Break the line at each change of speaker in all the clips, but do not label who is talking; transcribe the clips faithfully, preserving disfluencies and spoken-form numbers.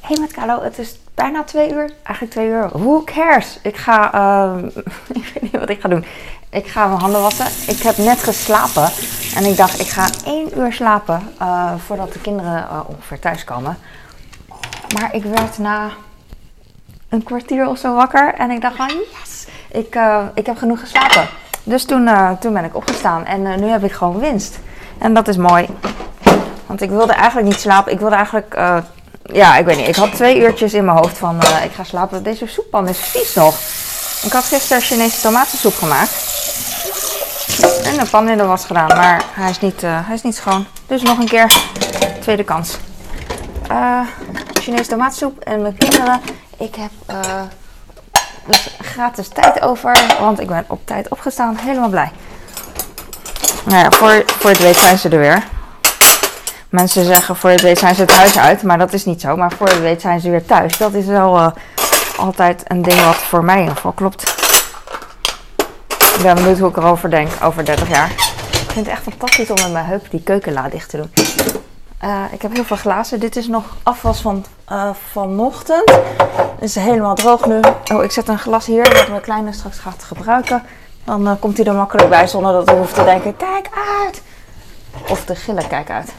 Hey met Carlo, het is bijna twee uur. Eigenlijk twee uur. Who cares? Ik ga, uh, ik weet niet wat ik ga doen. Ik ga mijn handen wassen. Ik heb net geslapen. En ik dacht, ik ga één uur slapen uh, voordat de kinderen uh, ongeveer thuiskomen. Maar ik werd na een kwartier of zo wakker. En ik dacht van, yes, ik, uh, ik heb genoeg geslapen. Dus toen, uh, toen ben ik opgestaan. En uh, nu heb ik gewoon winst. En dat is mooi. Want ik wilde eigenlijk niet slapen. Ik wilde eigenlijk... Uh, Ja, ik weet niet. Ik had twee uurtjes in mijn hoofd van uh, ik ga slapen. Deze soeppan is vies nog. Ik had gisteren Chinese tomatensoep gemaakt. En de pan in de was gedaan. Maar hij is niet, uh, hij is niet schoon. Dus nog een keer. Tweede kans. Uh, Chinese tomatensoep. En mijn kinderen. Ik heb uh, dus gratis tijd over. Want ik ben op tijd opgestaan. Helemaal blij. Nou ja, voor, voor het weet zijn ze er weer. Mensen zeggen voor het weet zijn ze het huis uit, maar dat is niet zo. Maar voor het weet zijn ze weer thuis. Dat is wel uh, altijd een ding wat voor mij in ieder geval klopt. Ik ben benieuwd hoe ik erover denk over dertig jaar. Ik vind het echt fantastisch om met mijn heup die keukenla dicht te doen. Uh, ik heb heel veel glazen. Dit is nog afwas van uh, vanochtend. Het is helemaal droog nu. Oh, ik zet een glas hier dat mijn kleine straks gaat gebruiken. Dan uh, komt hij er makkelijk bij zonder dat hij hoeft te denken, kijk uit! Of te gillen, kijk uit.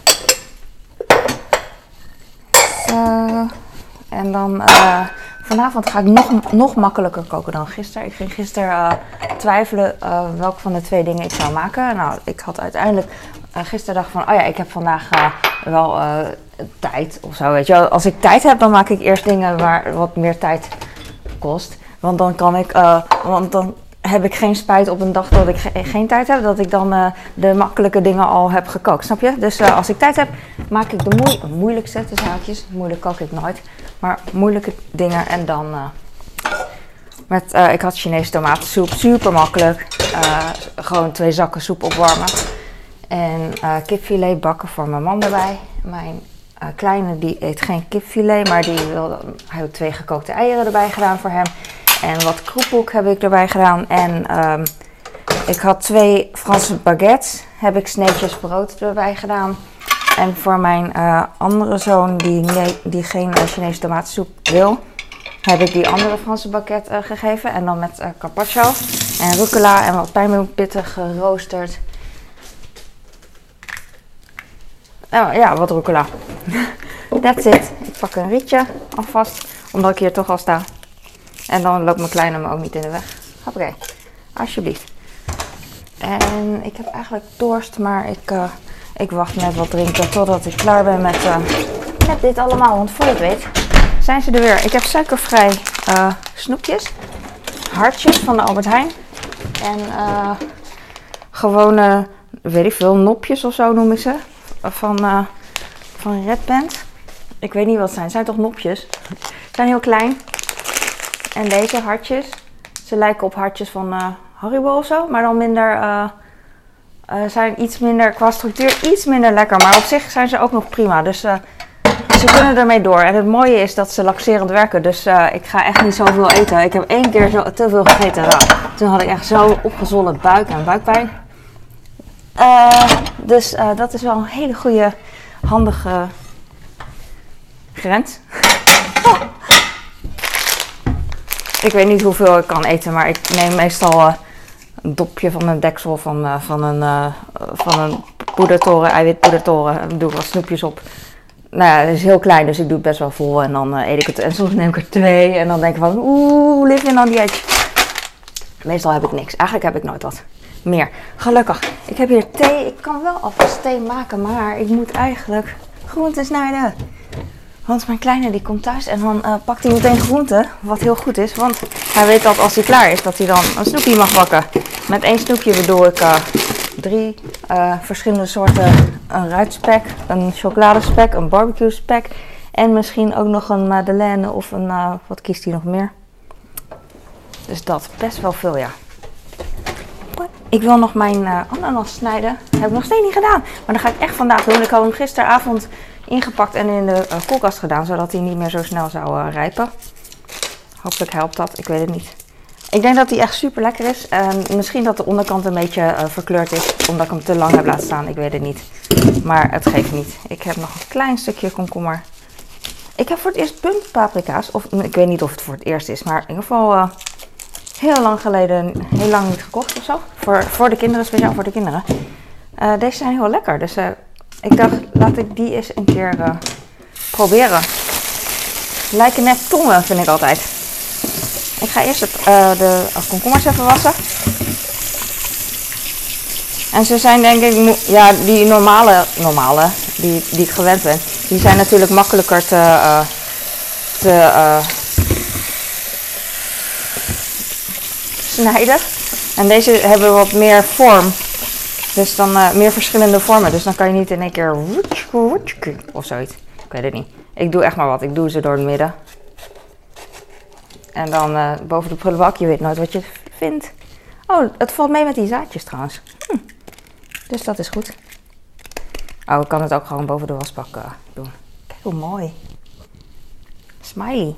Uh, en dan uh, vanavond ga ik nog, nog makkelijker koken dan gisteren. Ik ging gisteren uh, twijfelen uh, welke van de twee dingen ik zou maken. Nou, ik had uiteindelijk uh, gisteren dacht van, oh ja, ik heb vandaag uh, wel uh, tijd of zo, weet je wel. Als ik tijd heb, dan maak ik eerst dingen waar wat meer tijd kost. Want dan kan ik, uh, want dan heb ik geen spijt op een dag dat ik ge- geen tijd heb, dat ik dan uh, de makkelijke dingen al heb gekookt, snap je? Dus uh, als ik tijd heb, maak ik de moe- moeilijkste, tussen haakjes, moeilijk kook ik nooit, maar moeilijke dingen en dan uh, met, uh, ik had Chinese tomatensoep, super makkelijk, uh, gewoon twee zakken soep opwarmen en uh, kipfilet bakken voor mijn man erbij. Mijn uh, kleine die eet geen kipfilet, maar die wilde, hij heeft twee gekookte eieren erbij gedaan voor hem. En wat kroephoek heb ik erbij gedaan. En um, ik had twee Franse baguettes. Heb ik sneetjes brood erbij gedaan. En voor mijn uh, andere zoon die, nee, die geen uh, Chinese tomatensoep wil, heb ik die andere Franse baguette uh, gegeven. En dan met uh, carpaccio en rucola en wat pijnboompitten geroosterd. Oh, ja, wat rucola. That's it. Ik pak een rietje alvast, omdat ik hier toch al sta. En dan loopt mijn kleine me ook niet in de weg. Hoppakee. Alsjeblieft. En ik heb eigenlijk dorst, maar ik, uh, ik wacht met wat drinken totdat ik klaar ben met, uh, met dit allemaal. Want voor je het weet zijn ze er weer. Ik heb suikervrij uh, snoepjes. Hartjes van de Albert Heijn. En uh, gewone, weet ik veel, nopjes of zo noem ik ze. Van, uh, van Red Band. Ik weet niet wat het zijn. Het zijn toch nopjes? Ze zijn heel klein. En deze hartjes, ze lijken op hartjes van uh, Haribo of zo, maar dan minder, uh, uh, zijn iets minder, qua structuur iets minder lekker. Maar op zich zijn ze ook nog prima, dus uh, ze kunnen ermee door. En het mooie is dat ze laxerend werken, dus uh, ik ga echt niet zoveel eten. Ik heb één keer zo, te veel gegeten, nou, toen had ik echt zo opgezwollen buik en buikpijn. Uh, dus uh, dat is wel een hele goede, handige grens. Oh. Ik weet niet hoeveel ik kan eten, maar ik neem meestal uh, een dopje van een deksel van, uh, van een, uh, van een poedertoren, eiwitpoedertoren. Daar doe ik wat snoepjes op. Nou ja, het is heel klein, dus ik doe het best wel vol en dan uh, eet ik het. En soms neem ik er twee en dan denk ik van, oeh, living on the edge. Meestal heb ik niks. Eigenlijk heb ik nooit wat meer. Gelukkig. Ik heb hier thee. Ik kan wel alvast thee maken, maar ik moet eigenlijk groenten snijden. Want mijn kleine die komt thuis en dan uh, pakt hij meteen groenten, wat heel goed is. Want hij weet dat als hij klaar is, dat hij dan een snoepje mag bakken. Met één snoepje bedoel ik uh, drie uh, verschillende soorten. Een ruitspek, een chocoladespek, een barbecue spek. En misschien ook nog een madeleine of een, uh, wat kiest hij nog meer? Dus dat, best wel veel, ja. Ik wil nog mijn uh, ananas snijden. Dat heb ik nog steeds niet gedaan. Maar dat ga ik echt vandaag doen. Ik had hem gisteravond ingepakt en in de uh, koelkast gedaan, zodat hij niet meer zo snel zou uh, rijpen. Hopelijk helpt dat, ik weet het niet. Ik denk dat hij echt super lekker is. En misschien dat de onderkant een beetje uh, verkleurd is, omdat ik hem te lang heb laten staan. Ik weet het niet. Maar het geeft niet. Ik heb nog een klein stukje komkommer. Ik heb voor het eerst puntpaprika's, of ik weet niet of het voor het eerst is, maar in ieder geval uh, heel lang geleden, heel lang niet gekocht of zo. Voor, voor de kinderen, speciaal voor de kinderen. Uh, deze zijn heel lekker, dus uh, ik dacht, laat ik die eens een keer uh, proberen. Lijken net tongen, vind ik altijd. Ik ga eerst het, uh, de komkommers even wassen. En ze zijn denk ik, ja, die normale, normale die, die ik gewend ben, die zijn natuurlijk makkelijker te, uh, te uh, snijden. En deze hebben wat meer vorm. Dus dan uh, meer verschillende vormen. Dus dan kan je niet in één keer of zoiets. Ik weet het niet. Ik doe echt maar wat. Ik doe ze door het midden. En dan uh, boven de prullenbak. Je weet nooit wat je vindt. Oh, het valt mee met die zaadjes trouwens. Hm. Dus dat is goed. Oh, ik kan het ook gewoon boven de wasbak uh, doen. Kijk hoe mooi. Smiley.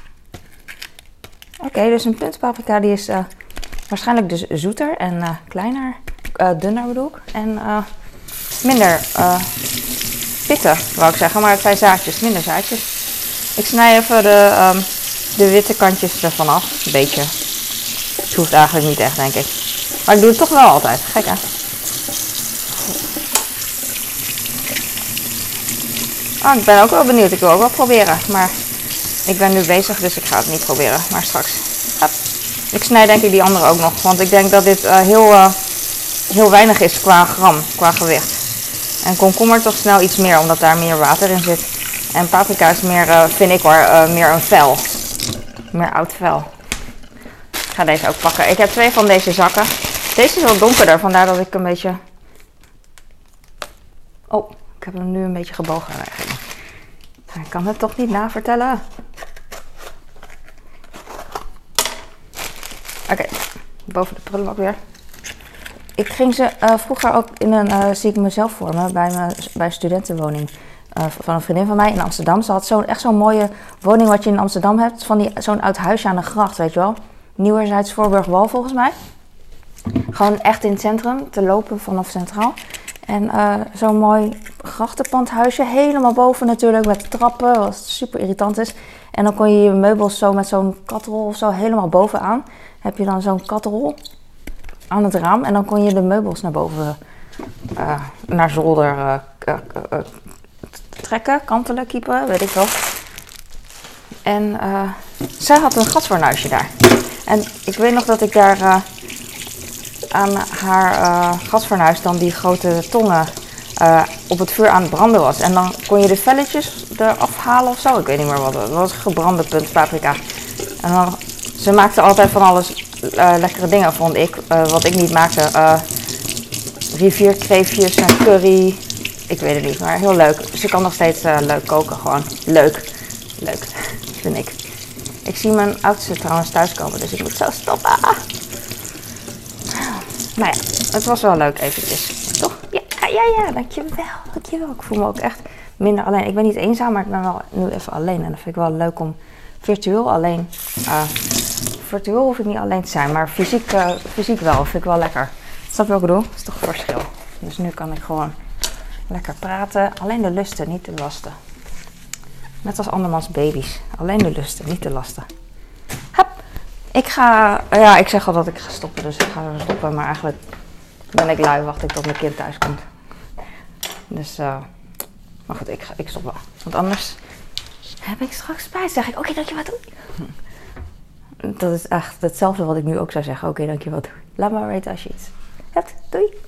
Oké, okay, dus een puntpaprika die is uh, waarschijnlijk dus zoeter en uh, kleiner. Uh, dunner bedoel ik. En uh, minder uh, pittig, wou ik zeggen. Maar het zijn zaadjes, minder zaadjes. Ik snij even de, um, de witte kantjes ervan af. Een beetje. Het hoeft eigenlijk niet echt, denk ik. Maar ik doe het toch wel altijd. Kijk hè. Oh, ik ben ook wel benieuwd. Ik wil ook wel proberen. Maar ik ben nu bezig, dus ik ga het niet proberen. Maar straks. Hop. Ik snij denk ik die andere ook nog. Want ik denk dat dit uh, heel, uh, heel weinig is qua gram, qua gewicht. En komkommer toch snel iets meer, omdat daar meer water in zit. En paprika is meer, uh, vind ik hoor, uh, meer een vel. Meer oud vel. Ik ga deze ook pakken. Ik heb twee van deze zakken. Deze is wel donkerder, vandaar dat ik een beetje... Oh, ik heb hem nu een beetje gebogen eigenlijk. Ik kan het toch niet navertellen. Oké, okay, boven de prullenbak weer. Ik ging ze uh, vroeger ook in een, uh, zie ik mezelf vormen, bij, me, bij een studentenwoning uh, van een vriendin van mij in Amsterdam. Ze had zo, echt zo'n mooie woning wat je in Amsterdam hebt, van die, zo'n oud huisje aan de gracht, weet je wel. Nieuwerzijds Voorburgwal volgens mij. Gewoon echt in het centrum, te lopen vanaf Centraal. En uh, zo'n mooi grachtenpandhuisje, helemaal boven natuurlijk, met trappen, wat super irritant is. En dan kon je je meubels zo met zo'n katrol of zo helemaal bovenaan. Heb je dan zo'n katrol aan het raam en dan kon je de meubels naar boven, uh, naar zolder uh, uh, uh, trekken, kantelen, kiepen, weet ik wel. En uh, zij had een gasfornuisje daar. En ik weet nog dat ik daar uh, aan haar uh, gasfornuis dan die grote tongen uh, op het vuur aan het branden was. En dan kon je de velletjes eraf halen of zo. Ik weet niet meer wat. Het was gebrande puntpaprika. En dan, ze maakte altijd van alles uh, lekkere dingen, vond ik. Uh, wat ik niet maakte. Uh, rivierkreefjes en curry. Ik weet het niet, maar heel leuk. Ze kan nog steeds uh, leuk koken, gewoon. Leuk. Leuk, vind ik. Ik zie mijn oudste trouwens thuiskomen, dus ik moet zo stoppen. Nou ja, het was wel leuk eventjes. Toch? Ja, ja, ja, dankjewel. Dankjewel. Ik voel me ook echt minder alleen. Ik ben niet eenzaam, maar ik ben wel nu even alleen. En dat vind ik wel leuk om virtueel alleen... Uh, virtueel hoef ik niet alleen te zijn, maar fysiek, uh, fysiek wel. Vind ik wel lekker. Snap je wat ik bedoel? Dat is toch een verschil. Dus nu kan ik gewoon lekker praten. Alleen de lusten, niet de lasten. Net als andermans baby's. Alleen de lusten, niet de lasten. Hup. Ik ga... Ja, ik zeg al dat ik ga stoppen, dus ik ga stoppen. Maar eigenlijk ben ik lui, wacht ik tot mijn kind thuis komt. Dus, uh, maar goed, ik, ga, ik stop wel. Want anders heb ik straks spijt. Zeg ik, oké, okay, dankjewel, doei. Dat is echt hetzelfde wat ik nu ook zou zeggen. Oké, okay, dankjewel, doei. Laat maar weten als je iets hebt. Doei.